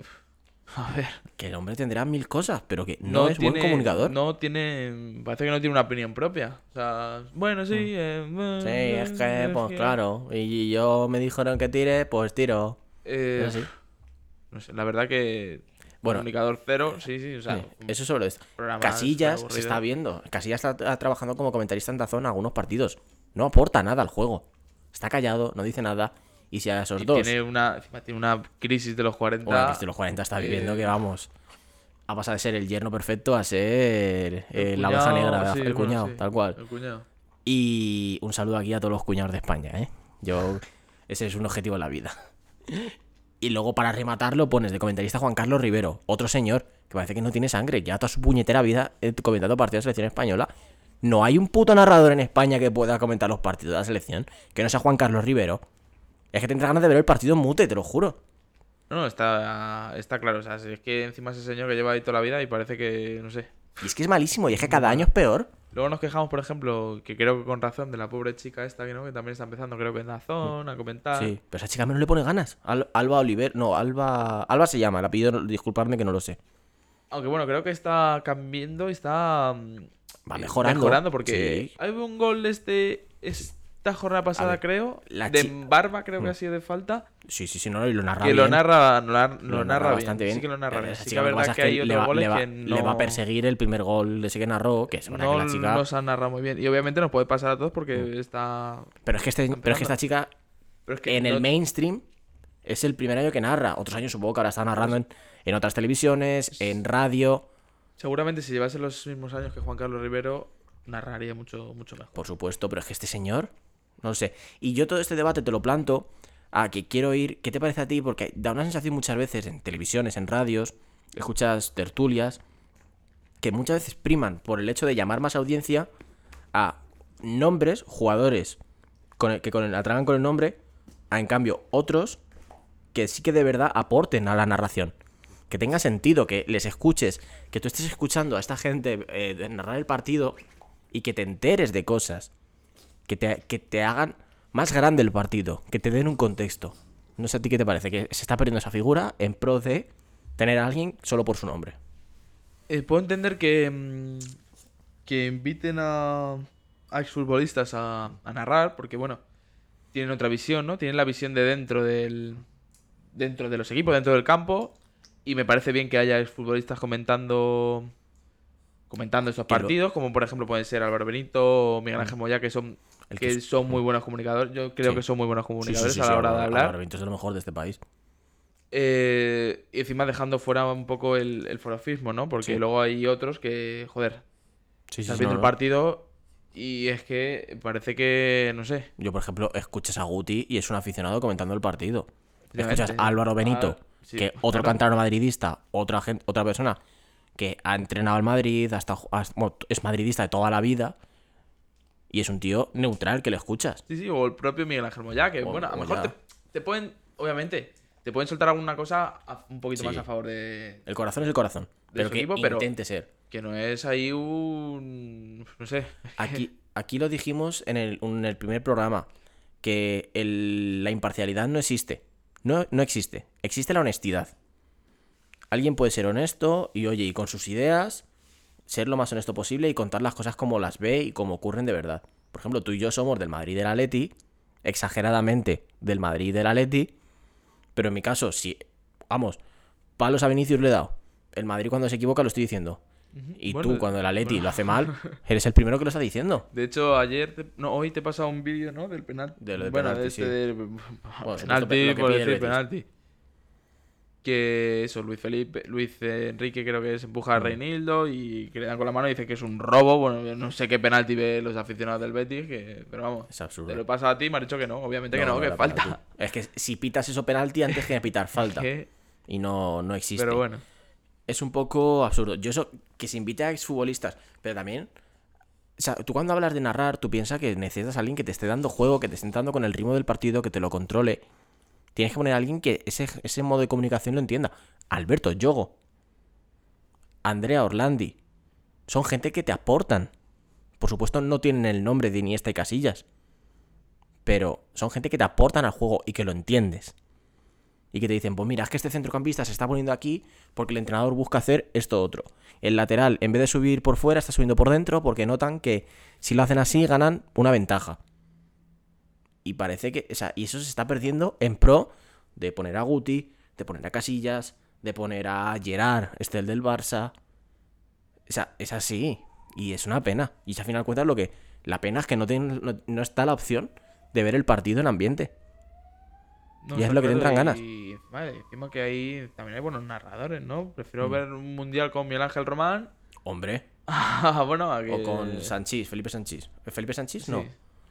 a ver, Que el hombre tendrá 1000 cosas, pero que no es buen comunicador. Parece que no tiene una opinión propia. O sea, bueno, sí. Sí, es que, pues claro. Y yo me dijeron que tire, pues tiro. Es así. No sé, la verdad que Bueno, comunicador cero, sí, o sea, Sí, eso sobre esto. programa Casillas súper se aburrido. está viendo. Casillas está trabajando como comentarista en DAZN algunos partidos. No aporta nada al juego. Está callado, no dice nada. Y si a esos Y dos. encima tiene una crisis de los 40. Bueno, que este los 40 está viviendo que vamos. Ha pasado de ser el yerno perfecto a ser la oveja negra, sí, el bueno, cuñado, sí, tal cual. El cuñado. Y un saludo aquí a todos los cuñados de España, ¿eh? Ese es un objetivo en la vida. Y luego para rematarlo pones de comentarista a Juan Carlos Rivero, otro señor que parece que no tiene sangre, ya toda su puñetera vida comentando partidos de la selección española. No hay un puto narrador en España que pueda comentar los partidos de la selección, que no sea Juan Carlos Rivero. Es que tendrás ganas de ver el partido en mute, te lo juro. No, está claro. O sea, si es que encima ese señor que lleva ahí toda la vida y parece que, no sé. Y es que es malísimo, y es que cada año es peor. Luego nos quejamos, por ejemplo, que creo que con razón, de la pobre chica esta, que también está empezando, creo que en DAZN, a comentar. Sí, pero esa chica menos le pone ganas. Alba Oliver, no, Alba se llama, la pido disculparme que no lo sé. Aunque bueno, creo que está cambiando y está Va mejorando. porque Sí. hay un gol esta jornada pasada, ver, creo, la de chi- Barba, creo que ha sido de falta, Sí, no, y lo narra que bien. lo narra Lo bastante bien. Sí que lo narra bien. Esa Sí que chica, es lo que verdad pasa que es hay le otros va, goles le va- que le va a perseguir el primer gol de ese que narró, que es verdad no que la chica... nos han narrado muy bien. Y obviamente nos puede pasar a todos porque está... Pero es que esta chica Pero es que en el mainstream es el primer año que narra. Otros años supongo que ahora está narrando en otras televisiones, en radio. Seguramente si llevase los mismos años que Juan Carlos Rivero, narraría mucho mejor. Por supuesto, pero es que este señor, no lo sé. Y yo todo este debate te lo planto a que quiero ir. ¿Qué te parece a ti? Porque da una sensación muchas veces en televisiones, en radios, escuchas tertulias, que muchas veces priman por el hecho de llamar más audiencia a nombres, jugadores que atragan con el nombre, a en cambio otros que sí que de verdad aporten a la narración. Que tenga sentido, que les escuches, que tú estés escuchando a esta gente narrar el partido y que te enteres de cosas, que te hagan más grande el partido, que te den un contexto. No sé a ti qué te parece, que se está perdiendo esa figura en pro de tener a alguien solo por su nombre. Puedo entender que inviten a exfutbolistas a narrar, porque bueno, tienen otra visión, ¿no? Tienen la visión de dentro de los equipos, dentro del campo, y me parece bien que haya exfutbolistas comentando estos partidos, como por ejemplo pueden ser Álvaro Benito o Miguel Ángel Moya, que son muy buenos comunicadores. Yo creo que son muy buenos comunicadores a la hora de hablar. Álvaro Benito es de lo mejor de este país. Y encima dejando fuera un poco el forofismo, ¿no? Porque Sí. luego hay otros que, joder, Sí, estás viendo el partido Y es que parece que, no sé. Yo, por ejemplo, escuchas a Guti y es un aficionado comentando el partido. Obviamente. Escuchas a Álvaro Benito, Sí, que otro claro. canterano madridista, otra persona que ha entrenado al Madrid, bueno, es madridista de toda la vida, y es un tío neutral que le escuchas. Sí, o el propio Miguel Ángel Moyá, que O bueno, a lo Moyá. mejor te pueden, obviamente, te pueden soltar alguna cosa un poquito Sí. más a favor de El corazón es el corazón, pero su que equipo, pero- intente ser. que no es ahí un, no sé. Aquí lo dijimos en el primer programa, que la imparcialidad no existe. No existe. Existe la honestidad. Alguien puede ser honesto y, oye, y con sus ideas, ser lo más honesto posible y contar las cosas como las ve y como ocurren de verdad. Por ejemplo, tú y yo somos del Madrid y del Atleti, exageradamente del Madrid y del Atleti, pero en mi caso, si, vamos, palos a Vinicius le he dado. El Madrid cuando se equivoca lo estoy diciendo. Y Bueno, tú cuando el Atleti lo hace mal, eres el primero que lo está diciendo. De hecho, hoy te he pasado un vídeo, ¿no? Del penalti. De lo de bueno, penalti, de este sí. del supuesto, penalti, lo que por pide el decir Betis. penalti. Que eso, Luis Enrique creo que se empuja a Reinildo y que le dan con la mano y dice que es un robo. Bueno, yo no sé qué penalti ve los aficionados del Betis, pero vamos. Es absurdo. Te lo he pasado a ti y me has dicho que no, obviamente que no, que era falta. penalti. Es que si pitas eso penalti antes que pitar falta. Que- Y no existe. Pero bueno. Es un poco absurdo. Yo eso, que se invite a exfutbolistas, pero también... O sea, tú cuando hablas de narrar, tú piensas que necesitas a alguien que te esté dando juego, que te esté dando con el ritmo del partido, que te lo controle. Tienes que poner a alguien que ese modo de comunicación lo entienda. Alberto Yogo, Andrea Orlandi, son gente que te aportan. Por supuesto no tienen el nombre de Iniesta y Casillas, pero son gente que te aportan al juego y que lo entiendes. Y que te dicen, pues mira, es que este centrocampista se está poniendo aquí porque el entrenador busca hacer esto otro. El lateral, en vez de subir por fuera, está subiendo por dentro porque notan que si lo hacen así ganan una ventaja. Y parece que, o sea, y eso se está perdiendo en pro de poner a Guti, de poner a Casillas, de poner a Gerard, el del Barça. O sea, es así. Y es una pena. Y si al final cuentas la pena es que no está la opción de ver el partido en ambiente. No, Y es está lo que te claro, entran ganas. Y encima que ahí también hay buenos narradores, ¿no? Prefiero ver un mundial con Miguel Ángel Román. Hombre. Bueno, a que... O con Sanchís, Felipe Sanchís. ¿Felipe Sanchís? Sí. No.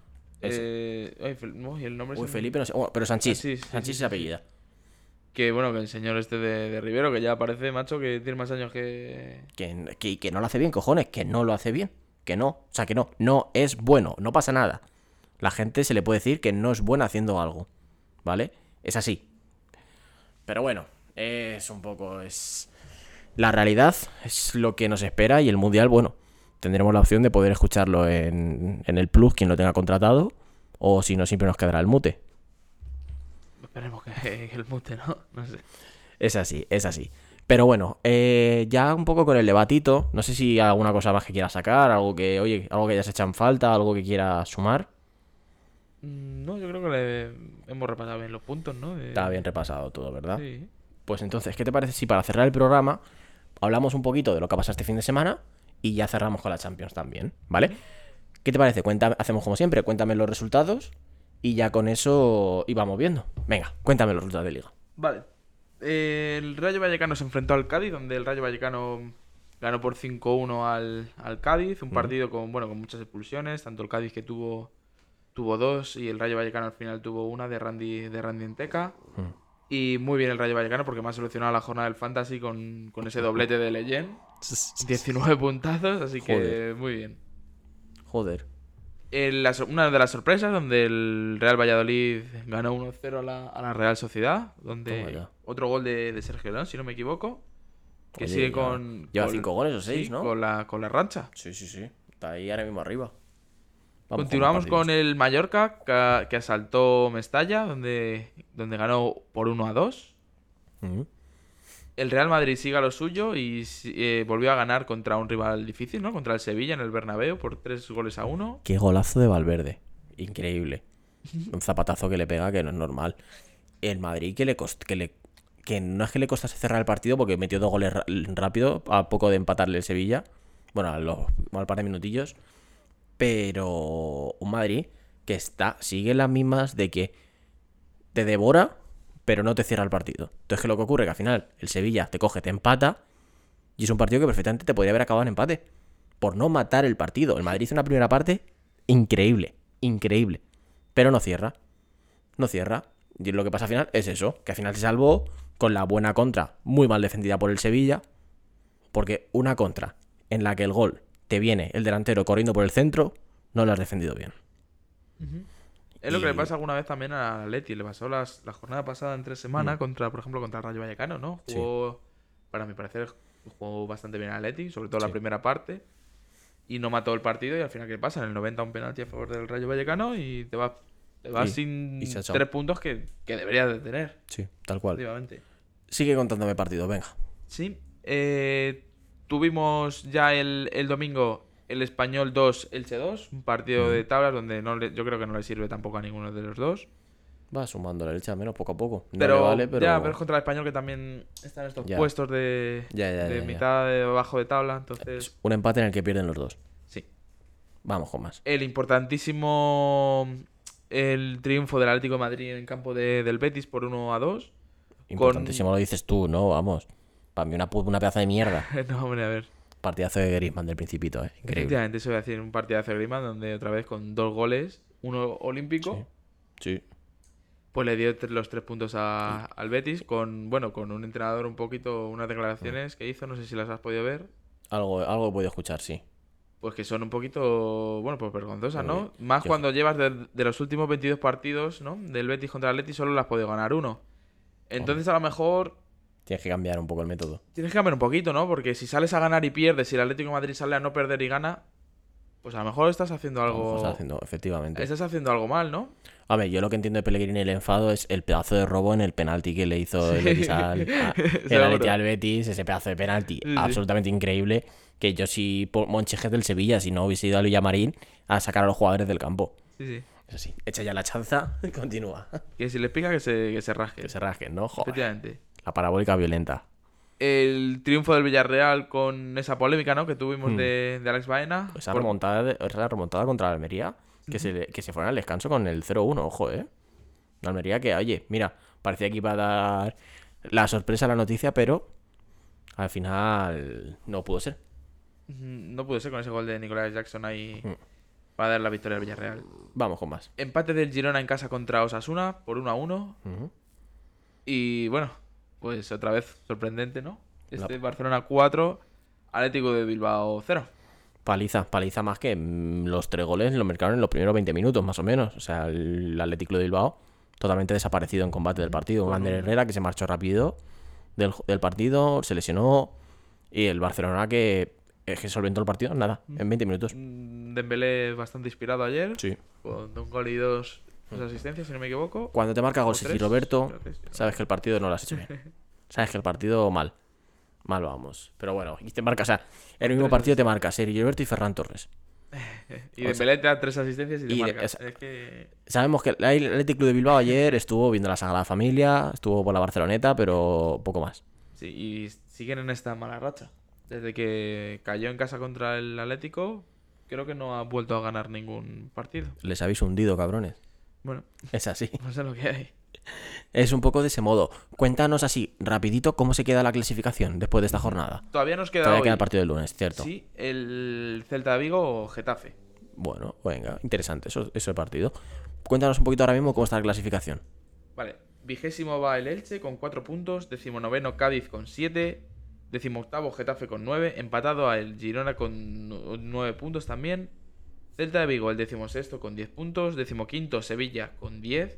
Y el nombre Uy, se me- Felipe no sé. Bueno, pero Sanchís. Sanchís, sí, Sanchís sí, es apellida. Que bueno, que el señor este de Rivero, que ya parece, macho, que tiene más años que... Que no lo hace bien, cojones. Que no lo hace bien. Que no. O sea, que no. No es bueno. No pasa nada. La gente se le puede decir que no es buena haciendo algo. ¿Vale? Es así. Pero bueno. Es un poco... La realidad es lo que nos espera. Y el mundial, bueno. Tendremos la opción de poder escucharlo en el Plus, quien lo tenga contratado. O si no, siempre nos quedará el mute. Esperemos que el mute, ¿no? No sé. Es así, es así. Pero bueno, ya un poco con el debatito. No sé si hay alguna cosa más que quieras sacar, algo que, oye, algo que hayas hecho en falta, algo que quieras sumar. No, yo creo que hemos repasado bien los puntos, ¿no? Está bien repasado todo, ¿verdad? Sí. Pues entonces, ¿qué te parece si para cerrar el programa hablamos un poquito de lo que ha pasado este fin de semana y ya cerramos con la Champions también, ¿vale? ¿Qué te parece? Hacemos como siempre, cuéntame los resultados y ya con eso íbamos viendo. Venga, cuéntame los resultados de Liga. Vale. El Rayo Vallecano se enfrentó al Cádiz, donde el Rayo Vallecano ganó por 5-1 al Cádiz. Un partido con muchas expulsiones. Tanto el Cádiz que tuvo 2 y el Rayo Vallecano al final tuvo una de Randy Enteca. Y muy bien el Rayo Vallecano porque me ha solucionado la jornada del Fantasy con ese doblete de Leyen. 19 puntazos, así que Joder. muy bien. Joder. Una de las sorpresas, donde el Real Valladolid ganó 1-0 a la Real Sociedad, Toma donde ya. otro gol de Sergio León, si no me equivoco, que Oye, sigue ya con... lleva con- 5 goles o 6, sí, ¿no? Con la rancha. Sí. Está ahí ahora mismo arriba. Vamos Continuamos con los con el Mallorca, que asaltó Mestalla, donde ganó por 1-2. partidos. El Real Madrid sigue a lo suyo y volvió a ganar contra un rival difícil, ¿no? Contra el Sevilla en el Bernabéu por 3-1. Qué golazo de Valverde. Increíble. Un zapatazo que le pega que no es normal. El Madrid que no es que le costase cerrar el partido porque metió 2 goles rápido a poco de empatarle el Sevilla. Bueno, al par de minutillos. Pero un Madrid que sigue las mismas de que te devora, pero no te cierra el partido. Entonces, ¿qué es lo que ocurre? Que al final el Sevilla te coge, te empata y es un partido que perfectamente te podría haber acabado en empate. por no matar el partido. El Madrid hizo una primera parte increíble, increíble. Pero no cierra. No cierra. Y lo que pasa al final es eso, que al final se salvó con la buena contra, muy mal defendida por el Sevilla, porque una contra en la que el gol te viene el delantero corriendo por el centro, no lo has defendido bien. Es lo que le pasa alguna vez también a Atleti. Le pasó la jornada pasada en 3 semanas contra, por ejemplo, contra el Rayo Vallecano, ¿no? Jugó, para mi parecer, jugó bastante bien a Atleti, sobre todo la primera parte, y no mató el partido. Y al final, ¿qué pasa? En el 90 un penalti a favor del Rayo Vallecano y te vas sin 3 puntos que deberías de tener. Sí, tal cual. Efectivamente. Sigue contándome partido, venga. Sí. Tuvimos ya el domingo el Español 2, Elche 2, un partido de tablas donde yo creo que no le sirve tampoco a ninguno de los dos. Va sumando la Elche al menos poco a poco. No pero, le vale, pero... Ya, pero es contra el Español que también está en estos puestos de mitad de abajo de tabla. Entonces... Es un empate en el que pierden los dos. Sí. Vamos con más. El importantísimo... El triunfo del Atlético de Madrid en campo del Betis por 1-2. Importantísimo lo dices tú, ¿no? Vamos. Para mí una pedazo de mierda. No, hombre, a ver. Partidazo de Griezmann del Principito, Increíble. Efectivamente, eso voy a decir, un partidazo de Griezmann donde otra vez con 2 goles, uno olímpico. Sí. Pues le dio los 3 puntos al Betis con un entrenador un poquito, unas declaraciones que hizo, no sé si las has podido ver. Algo he podido escuchar, sí. Pues que son un poquito, pues vergonzosas, ¿no? Más cuando llevas de los últimos 22 partidos, ¿no? Del Betis contra el Atleti solo las has podido ganar uno. Entonces a lo mejor... Tienes que cambiar un poco el método. Tienes que cambiar un poquito, ¿no? Porque si sales a ganar y pierdes, si el Atlético de Madrid sale a no perder y gana, pues a lo mejor estás haciendo algo... Efectivamente. Estás haciendo algo mal, ¿no? A ver, yo lo que entiendo de Pellegrini el enfado es el pedazo de robo en el penalti que le hizo el Betis al Betis, ese pedazo de penalti absolutamente increíble, que yo sí, por Monchijes del Sevilla, si no hubiese ido al Villamarín a sacar a los jugadores del campo. Sí. Eso sí, echa ya la chanza y continúa. Que si les pica que se rasquen. Que se rasquen, ¿no? Joder. Efectivamente. La parabólica violenta. El triunfo del Villarreal con esa polémica, ¿no? Que tuvimos de Alex Baena. Esa remontada contra la Almería, que se fueron al descanso con el 0-1, ojo, La Almería que, oye, mira, parecía que iba a dar la sorpresa a la noticia, pero al final no pudo ser. No pudo ser con ese gol de Nicolás Jackson ahí para dar la victoria al Villarreal. Vamos con más. Empate del Girona en casa contra Osasuna por 1-1. Y bueno, pues otra vez sorprendente, ¿no? Barcelona 4, Atlético de Bilbao 0. Paliza más que los 3 goles lo marcaron en los primeros 20 minutos, más o menos. O sea, el Atlético de Bilbao totalmente desaparecido en combate del partido. Un Ander Herrera que se marchó rápido del partido, se lesionó. Y el Barcelona que solventó el partido, nada, en 20 minutos. Dembélé bastante inspirado ayer. Sí. Con 1 gol y 2 asistencias, si no me equivoco. Cuando te marca gol Sergi Roberto, sabes que el partido no lo has hecho bien. Sabes que el partido mal vamos. Pero bueno, y te marca, o sea, el mismo partido te marca Sergi Roberto y Ferran Torres. Y Dembélé te da 3 asistencias y te marca. Sabemos que el Atlético de Bilbao ayer estuvo viendo la Sagrada Familia, estuvo por la Barceloneta, pero poco más. Sí, y siguen en esta mala racha. Desde que cayó en casa contra el Atlético, creo que no ha vuelto a ganar ningún partido. Les habéis hundido, cabrones. Bueno, es así. No sé lo que hay. Es un poco de ese modo. Cuéntanos así, rapidito, cómo se queda la clasificación después de esta jornada. Todavía nos queda el partido del lunes, ¿cierto? Sí, el Celta de Vigo o Getafe. Bueno, venga, interesante eso partido. Cuéntanos un poquito ahora mismo cómo está la clasificación. Vale, 20º va el Elche con 4 puntos, 19º Cádiz con 7, 18º Getafe con 9, empatado a el Girona con 9 puntos también. Celta de Vigo el 16º con 10 puntos, 15º Sevilla con 10,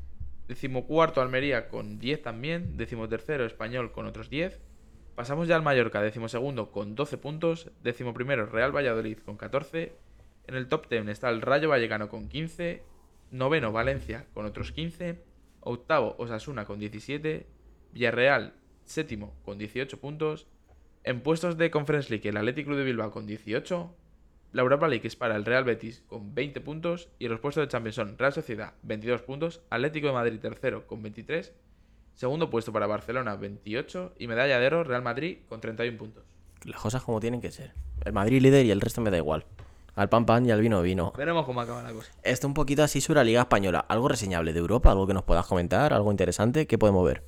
14º Almería con 10 también, 13º Español con otros 10. Pasamos ya al Mallorca, 12º con 12 puntos, 11º Real Valladolid con 14. En el top 10 está el Rayo Vallecano con 15, 9º Valencia con otros 15, 8º Osasuna con 17, Villarreal 7º con 18 puntos. En puestos de Conference League el Athletic Club de Bilbao con 18, la Europa League es para el Real Betis con 20 puntos y los puestos de Champions son Real Sociedad 22 puntos, Atlético de Madrid tercero con 23, segundo puesto para Barcelona 28 y medalla de oro Real Madrid con 31 puntos. Las cosas como tienen que ser. El Madrid líder y el resto me da igual. Al pan pan y al vino vino. Veremos cómo acaba la cosa. Esto un poquito así sobre la Liga Española. ¿Algo reseñable de Europa? ¿Algo que nos puedas comentar? ¿Algo interesante? ¿Qué podemos ver?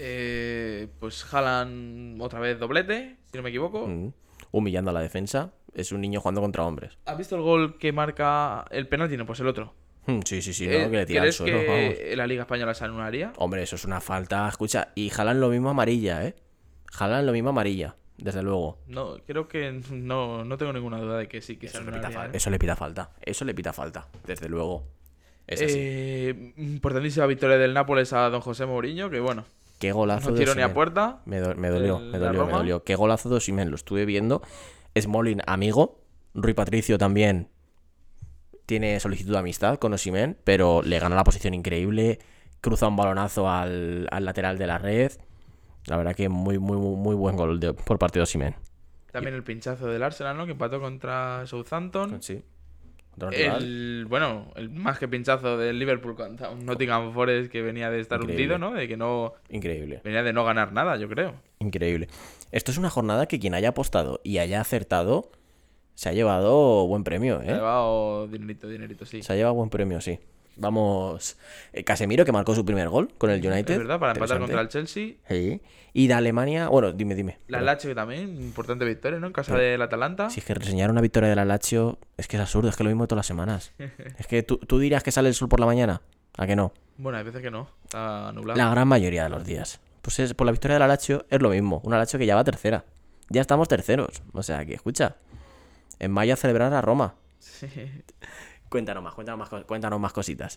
Pues Haaland otra vez doblete, si no me equivoco. Humillando a la defensa. Es un niño jugando contra hombres. ¿Has visto el gol que marca el penalti? No, pues el otro. Sí, no, que le tira al ¿Crees suelo, vamos. que la Liga Española se anularía? Hombre, eso es una falta, escucha. Y jalan lo mismo amarilla, ¿eh? Jalan lo mismo amarilla, desde luego. No, creo que no tengo ninguna duda de que sí que se anularía. Eso le pita falta. Eso le pita falta, desde luego. Es así. Importantísima victoria del Nápoles a don José Mourinho, que bueno, Qué golazo no de tiró ni a Osimhen. puerta. Me la dolió. Roma. Qué golazo de Osimhen, lo estuve viendo. Smalling, amigo. Rui Patricio también tiene solicitud de amistad con Osimhen, pero le gana la posición increíble. Cruza un balonazo al lateral de la red. La verdad que muy buen gol por parte de Osimhen. También el pinchazo del Arsenal, ¿no? Que empató contra Southampton. Sí. Contra un rival. El más que pinchazo del Liverpool contra un Nottingham Forest que venía de estar Increíble. hundido, ¿no? De que no Increíble. venía de no ganar nada, yo creo. Increíble. Esto es una jornada que quien haya apostado y haya acertado se ha llevado buen premio, Se ha ¿eh? llevado dinerito, sí. Se ha llevado buen premio, sí. Vamos. Casemiro, que marcó su primer gol con el United. Es verdad, para empatar Interesante. contra el Chelsea. Sí. Y de Alemania. Bueno, dime. La Lazio también, importante victoria, ¿no? En casa del Atalanta. Si es que reseñar una victoria de la Lazio es que es absurdo, es que lo mismo todas las semanas. Es que tú dirías que sale el sol por la mañana. ¿A que no? Bueno, hay veces que no, está nublado. La gran mayoría de los días. Pues por la victoria de la Lazio es lo mismo. Una Lazio que ya va tercera. Ya estamos terceros. O sea, que escucha. En mayo a celebrar a Roma. Sí. Cuéntanos más cositas.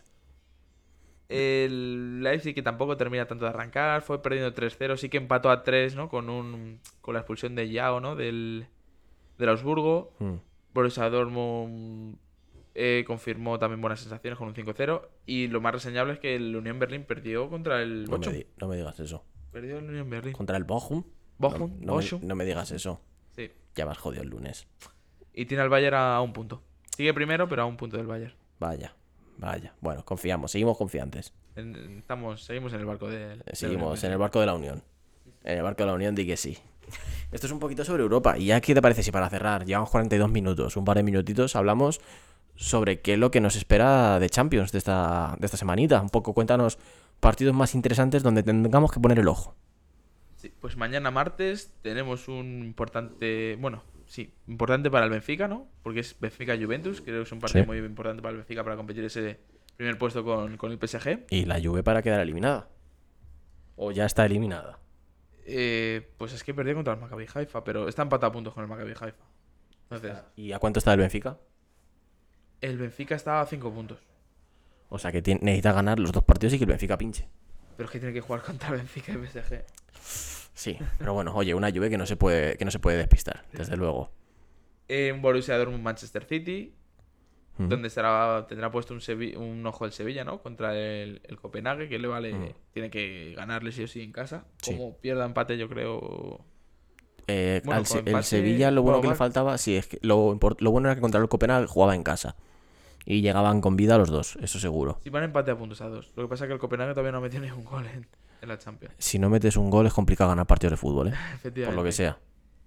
El Leipzig, que tampoco termina tanto de arrancar, fue perdiendo 3-0, sí que empató a 3, ¿no? Con la expulsión de Yao, ¿no? Del Augsburgo. Borussia Dortmund confirmó también buenas sensaciones con un 5-0. Y lo más reseñable es que el Unión Berlín perdió contra el Bochum. No me digas eso. Perdió el Unión Berlín. Contra el Bochum. Bochum. No me digas eso. Sí. Ya vas jodido el lunes. Y tiene al Bayern a un punto. Sigue primero, pero a un punto del Bayern. Vaya. Bueno, confiamos, seguimos confiantes. Seguimos en el barco de... Seguimos en el barco de la Unión. En el barco de la Unión, di que sí. Esto es un poquito sobre Europa. ¿Y ya qué te parece si para cerrar, llevamos 42 minutos, un par de minutitos, hablamos sobre qué es lo que nos espera de Champions de esta semanita? Un poco, cuéntanos partidos más interesantes donde tengamos que poner el ojo. Sí, pues mañana martes tenemos un importante... Bueno, sí, importante para el Benfica, ¿no? Porque es Benfica-Juventus. Creo que es un partido muy importante para el Benfica para competir ese primer puesto con el PSG. ¿Y la Juve para quedar eliminada? ¿O ya está eliminada? Pues es que perdió contra el Maccabi Haifa, pero está empatado a puntos con el Maccabi Haifa. Entonces, ¿Y a cuánto está el Benfica? el Benfica está a 5 puntos. O sea que necesita ganar los dos partidos y que el Benfica pinche. Pero es que tiene que jugar contra el Benfica y el PSG. Sí, pero bueno, oye, una Juve que no se puede despistar, desde luego. Un Borussia Dortmund-Manchester City, donde tendrá puesto un ojo el Sevilla, ¿no? Contra el Copenhague, que le vale, tiene que ganarle sí o sí en casa. Sí. Como pierda empate, yo creo. El empate, Sevilla, lo bueno que le faltaba, sí, es que lo bueno era que contra el Copenhague jugaba en casa. Y llegaban con vida los dos, eso seguro. Si van empate a puntos a 2. Lo que pasa es que el Copenhague todavía no ha metido ningún gol en la Champions. Si no metes un gol es complicado ganar partidos de fútbol, ¿eh? Efectivamente. Por lo que sea.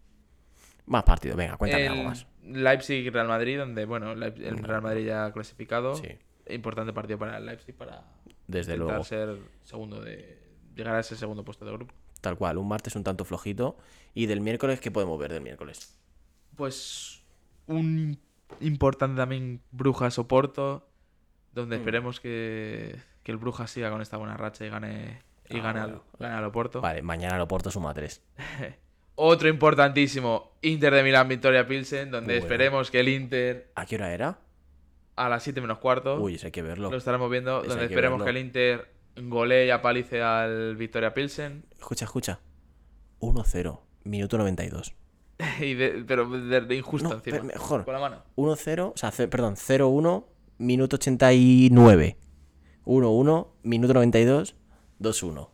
Más partidos, venga, cuéntame algo más. Leipzig-Real Madrid, donde, bueno, el Real Madrid ya ha clasificado. Sí. Importante partido para el Leipzig para Desde intentar luego. ser segundo llegar a ese segundo puesto de grupo. Tal cual, un martes un tanto flojito. ¿Y del miércoles qué podemos ver del miércoles? Pues un importante también Brujas Oporto, donde esperemos que el Brujas siga con esta buena racha y gane al Oporto. Vale, mañana el Oporto suma 3. Otro importantísimo, Inter de Milán Victoria Pilsen, donde Bueno. esperemos que el Inter ¿A qué hora era? a las 7 menos cuarto Uy, eso hay que verlo. lo estaremos viendo, Eso donde hay que esperemos verlo. que el Inter golee y apalice al Victoria Pilsen. Escucha. 1-0, minuto 92. Pero de injusto No, encima. mejor. Con la mano. 1-0, o sea, 0-1, minuto 89. 1-1, minuto 92, 2-1.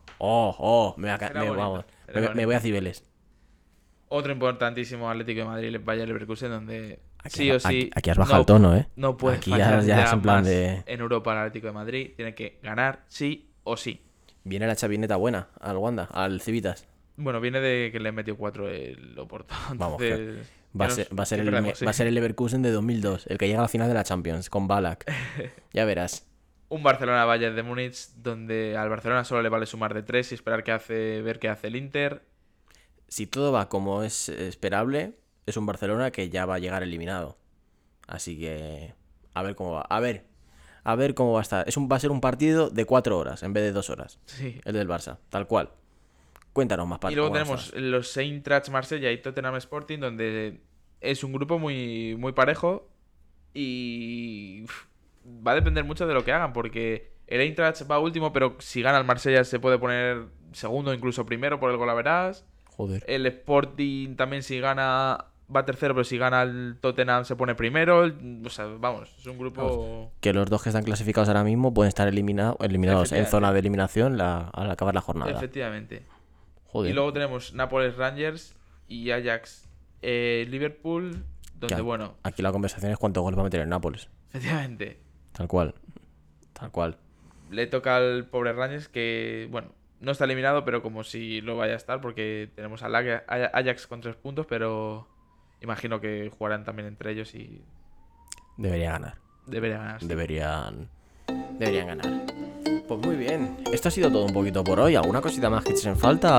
Vamos. Será Me bonito. voy a Cibeles. Otro importantísimo Atlético de Madrid, Bayer Leverkusen, donde sí o sí Aquí has bajado el tono, ¿eh? no puede Aquí fallar ya es en plan más de... en Europa el Atlético de Madrid. Tiene que ganar sí o sí. Viene la chavineta buena al Wanda, al Civitas. Bueno, viene de que le metió 4 el Oporto. Vamos, Entonces, Va ya a ser que perdemos, sí. va a ser el Leverkusen de 2002, el que llega a la final de la Champions, con Ballack. Ya verás. Un Barcelona-Bayern de Múnich, donde al Barcelona solo le vale sumar de 3 y esperar ver qué hace el Inter. Si todo va como es esperable, es un Barcelona que ya va a llegar eliminado. Así que a ver cómo va. A ver cómo va a estar. Va a ser un partido de 4 horas en vez de 2 horas. Sí. El del Barça, tal cual. Cuéntanos más Y luego tenemos los Eintracht Marsella y Tottenham Sporting, donde es un grupo muy, muy parejo y va a depender mucho de lo que hagan, porque el Eintracht va último, pero si gana el Marsella se puede poner segundo, incluso primero por el golaveras. Joder. El Sporting también, si gana, va tercero, pero si gana el Tottenham se pone primero. O sea, vamos, es un grupo... Que los dos que están clasificados ahora mismo pueden estar eliminados en zona de eliminación al acabar la jornada. Efectivamente. Joder. Y luego tenemos Nápoles Rangers y Ajax Liverpool, donde bueno... Aquí la conversación es cuántos goles va a meter el Nápoles. Efectivamente. Tal cual. Le toca al pobre Rangers, que, bueno, no está eliminado, pero como si lo vaya a estar, porque tenemos al Ajax con 3 puntos, pero imagino que jugarán también entre ellos y... Debería ganar. Sí. Deberían ganar. Pues muy bien. Esto ha sido todo un poquito por hoy. ¿Alguna cosita más que eches en falta?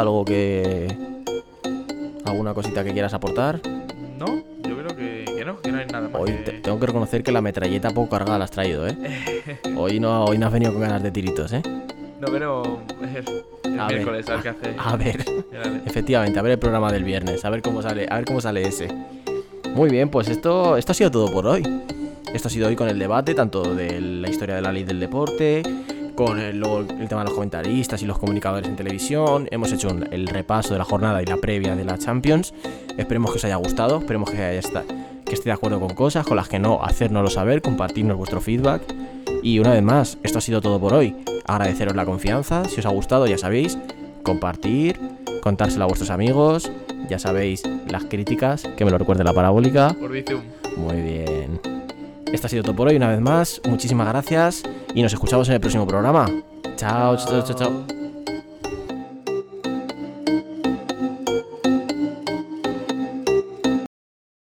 ¿Alguna cosita que quieras aportar? No, yo creo que no hay nada más. Hoy tengo que reconocer que la metralleta poco cargada la has traído, ¿eh? Hoy no has venido con ganas de tiritos, ¿eh? No, pero el miércoles, a ver qué hace. A ver, efectivamente, a ver el programa del viernes, a ver cómo sale ese. Muy bien, pues esto ha sido todo por hoy. Esto ha sido hoy con el debate, tanto de la historia de la ley del deporte, con el tema de los comentaristas y los comunicadores en televisión. Hemos hecho el repaso de la jornada y la previa de la Champions. Esperemos que os haya gustado, esperemos que esté de acuerdo con cosas, con las que no, hacérnoslo saber, compartirnos vuestro feedback. Y una vez más, esto ha sido todo por hoy. Agradeceros la confianza, si os ha gustado ya sabéis, compartir, contárselo a vuestros amigos, ya sabéis las críticas, que me lo recuerde la parabólica. Por Bizum. Muy bien. Esto ha sido todo por hoy una vez más, muchísimas gracias y nos escuchamos en el próximo programa. Chao.